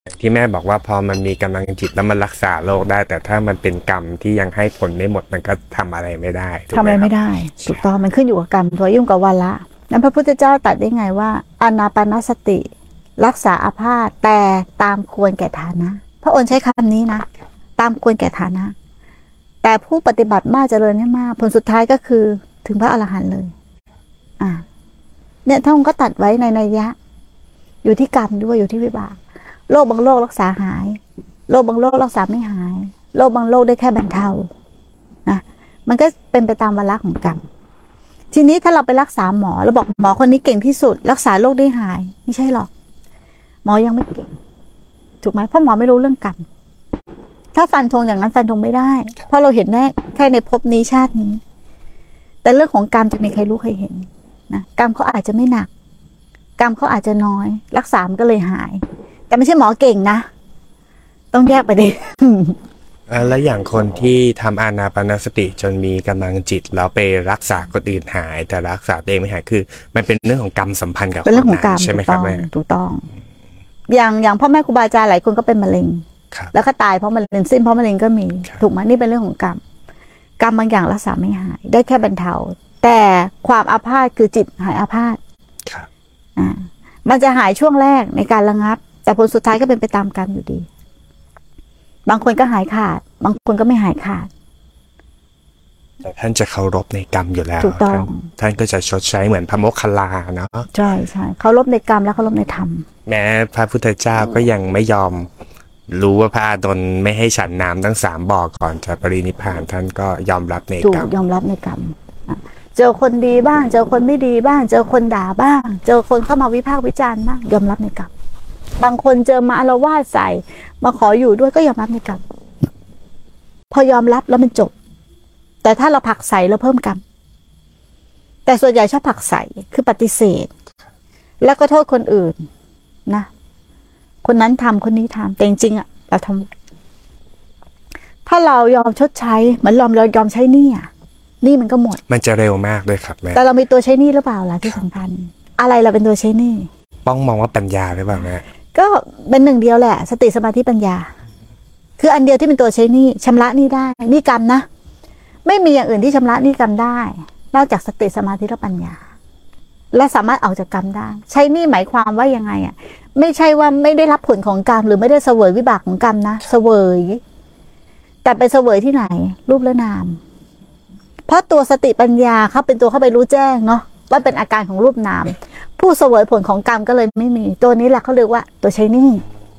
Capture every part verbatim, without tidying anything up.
ที่แม่บอกว่าพอมันมีกำลังจิตแล้วมันรักษาโรคได้แต่ถ้ามันเป็นกรรมที่ยังให้ผลไม่หมดมันก็ทำอะไรไม่ได้ทำอะไรไม่ได้ถูกต้องมันขึ้นอยู่กับกรรมตัวยุ่งกับวาระนั้นพระพุทธเจ้าตรัสได้ไงว่าอานาปานสติรักษาอาพาธแต่ตามควรแก่ฐานะพระองค์ใช้คำนี้นะตามควรแก่ฐานะแต่ผู้ปฏิบัติมากเจริญให้มากผลสุดท้ายก็คือถึงพระอรหันต์เลยอ่าเนี่ยท่านก็ตัดไว้ในนัยยะอยู่ที่กรรมด้วยอยู่ที่วิบากโรคบางโรครักษาหายโรคบางโรครักษาไม่หายโรคบางโรคได้แค่บรรเทานะมันก็เป็นไปตามวาระของกรรมทีนี้ถ้าเราไปรักษาหมอเราบอกหมอคนนี้เก่งที่สุดรักษาโรคได้หายไม่ใช่หรอกหมอยังไม่เก่งถูกไหมเพราะหมอไม่รู้เรื่องกรรมถ้าฟันธงอย่างนั้นฟันธงไม่ได้เพราะเราเห็นแน่แค่ในภพนี้ชาตินี้แต่เรื่องของกรรมจะมีใครรู้ใครเห็นนะกรรมเขาอาจจะไม่หนักกรรมเขาอาจจะน้อยรักษามันก็เลยหายแต่ไม่ใช่หมอเก่งนะต้องแยกประเด็นแล้วอย่างคนที่ทำอานาปานสติจนมีกำลังจิตแล้วไปรักษาคนอื่นหายแต่รักษาตัวเองไม่หายคือมันเป็นเรื่องของกรรมสัมพันธ์กับเป็นเรื่องของกรรมใช่ไหมครับแม่ถูกต้องอย่างอย่างพ่อแม่ครูบาอาจารย์หลายคนก็เป็นมะเร็งแล้วก็ตายเพราะมะเร็งสิ้นเพราะมะเร็งก็มีถูกไหมนี่เป็นเรื่องของกรรมกรรมบางอย่างรักษาไม่หายได้แค่บรรเทาแต่ความอาพาธคือจิตหายอาพาธอ่ามันจะหายช่วงแรกในการระงับแต่ผลสุดท้ายก็เป็นไปตามกรรมอยู่ดีบางคนก็หายขาดบางคนก็ไม่หายขาดแต่ท่านจะเคารพในกรรมอยู่แล้วถูกต้องท่านก็จะชดใช้เหมือนพระโมคคัลลาเนาะใช่ใช่เคารพในกรรมและเคารพในธรรมแม้พระพุทธเจ้าก็ยังไม่ยอมรู้ว่าพระอานนท์ไม่ให้ฉันน้ำทั้งสามบ่อก่อนจะปรินิพพานท่านก็ยอมรับในกรรมยอมรับในกรรมเจอคนดีบ้างเจอคนไม่ดีบ้างเจอคนด่าบ้างเจอคนเข้ามาวิพากษ์วิจารณ์บ้างยอมรับในกรรมบางคนเจอมาอาละวาดใส่มาขออยู่ด้วยก็ยอมรับในกรรมพอยอมรับแล้วมันจบแต่ถ้าเราผลักใส่เราเพิ่มกรรมแต่ส่วนใหญ่ชอบผลักใส่คือปฏิเสธแล้วก็โทษคนอื่นนะคนนั้นทำคนนี้ทำแต่จริงๆอ่ะเราทำถ้าเรายอมชดใช้เหมือนยอมเรายอมใช้หนี้อ่ะหนี้มันก็หมดมันจะเร็วมากเลยครับแม่แต่เรามีตัวใช้หนี้หรือเปล่าล่ะที่สำคัญอะไรเราเป็นตัวใช้หนี้ป้องมองว่าปัญญาหรือเปล่าแม่ก็เป็นหนึ่งเดียวแหละสติสมาธิปัญญาคืออันเดียวที่เป็นตัวใช้หนี้ชำระหนี้ได้หนี้กรรมนะไม่มีอย่างอื่นที่ชำระหนี้กรรมได้นอกจากสติสมาธิและปัญญาและสามารถออกจากกรรมได้ใช้หนี้หมายความว่ายังไงอ่ะไม่ใช่ว่าไม่ได้รับผลของกรรมหรือไม่ได้เสวยวิบากของกรรมนะเสวยแต่ไปเสวยที่ไหนรูปและนามเพราะตัวสติปัญญาเขาเป็นตัวเข้าไปรู้แจ้งเนาะว่าเป็นอาการของรูปนามผู้เสวยผลของกรรมก็เลยไม่มีตัวนี้แหละเขาเรียกว่าตัวใช้หนี้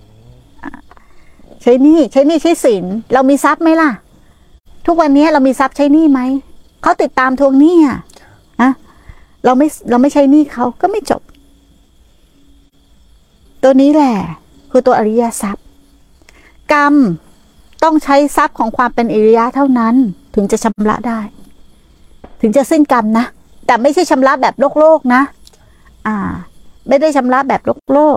ใช้หนี้ใช้หนี้ใช้สินเรามีทรัพย์ไหมล่ะทุกวันนี้เรามีทรัพย์ใช้หนี้ไหมเขาติดตามทวงหนี้อ่ะนะเราไม่เราไม่ใช้หนี้เขาก็ไม่จบตัวนี้แหละคือตัวอริยทรัพย์กรรมต้องใช้ทรัพย์ของความเป็นอริยะเท่านั้นถึงจะชำระได้ถึงจะสิ้นกรรมนะแต่ไม่ใช่ชำระแบบโลกโลกนะอ่าไม่ได้ชำระแบบโลกโลก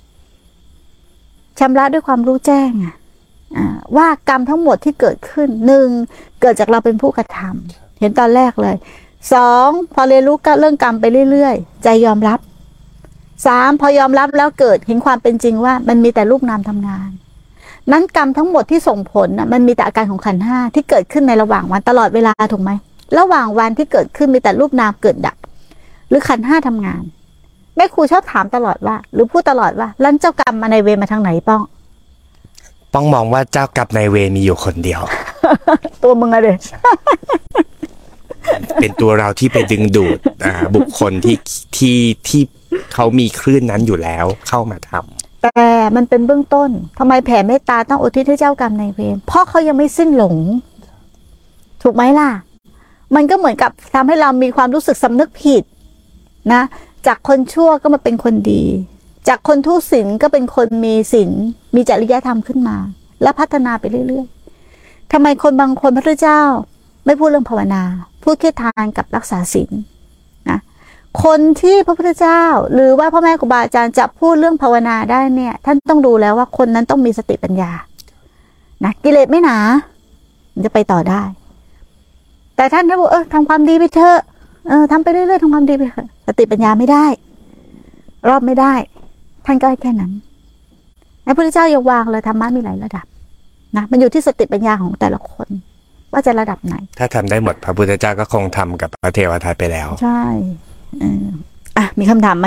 ชำระด้วยความรู้แจ้งอ่ะว่ากรรมทั้งหมดที่เกิดขึ้นหนึ่งเกิดจากเราเป็นผู้กระทำเห็นตอนแรกเลยสองพอเรียนรู้เรื่องกรรมไปเรื่อยๆใจยอมรับสามพอยอมรับแล้วเกิดเห็นความเป็นจริงว่ามันมีแต่รูปนามทำงานนั้นกรรมทั้งหมดที่ส่งผลน่ะมันมีแต่อาการของขันธ์ห้าที่เกิดขึ้นในระหว่างวันตลอดเวลาถูกไหมระหว่างวันที่เกิดขึ้นมีแต่รูปนามเกิดดับหรือขันธ์ห้าทำงานแม่ครูชอบถามตลอดว่าหรือพูดตลอดว่าลั่นเจ้ากรรมมาในเวรมาทางไหนป้องป้องมองว่าเจ้ากรรมนายเวรมีอยู่คนเดียวตัวมึงอะเด็กเป็นตัวเราที่ไปดึงดูดบุคคลที่ที่ที่เขามีคลื่นนั้นอยู่แล้วเข้ามาทำแต่มันเป็นเบื้องต้นทำไมแผ่เมตตาต้องอุทิศให้เจ้ากรรมนายเวรเพราะเขายังไม่สิ้นหลงถูกไหมล่ะมันก็เหมือนกับทำให้เรามีความรู้สึกสำนึกผิดนะจากคนชั่วก็มาเป็นคนดีจากคนทุศีลก็เป็นคนมีศีลมีจริยธรรมขึ้นมาแล้วพัฒนาไปเรื่อยๆทำไมคนบางคนพระพุทธเจ้าไม่พูดเรื่องภาวนาพูดแค่ทานกับรักษาศีลนะคนที่พระพุทธเจ้าหรือว่าพ่อแม่ครูบาอาจารย์จะพูดเรื่องภาวนาได้เนี่ยท่านต้องดูแล้วว่าคนนั้นต้องมีสติปัญญานะกิเลสไม่หนามันจะไปต่อได้แต่ท่านถ้าบอกเออทำความดีไปเถอะเออทำไปเรื่อยๆทำความดีไปเถอะสติปัญญาไม่ได้รอบไม่ได้ท่านก็แค่นั้นพระพุทธเจ้ายังวางเลยธรรมะมีหลายระดับนะมันอยู่ที่สติปัญญาของแต่ละคน ว่าจะระดับไหนถ้าทำได้หมดพระพุทธเจ้าก็คงทำกับพระเทวทัตไปแล้วใช่อ่ะมีคำถาม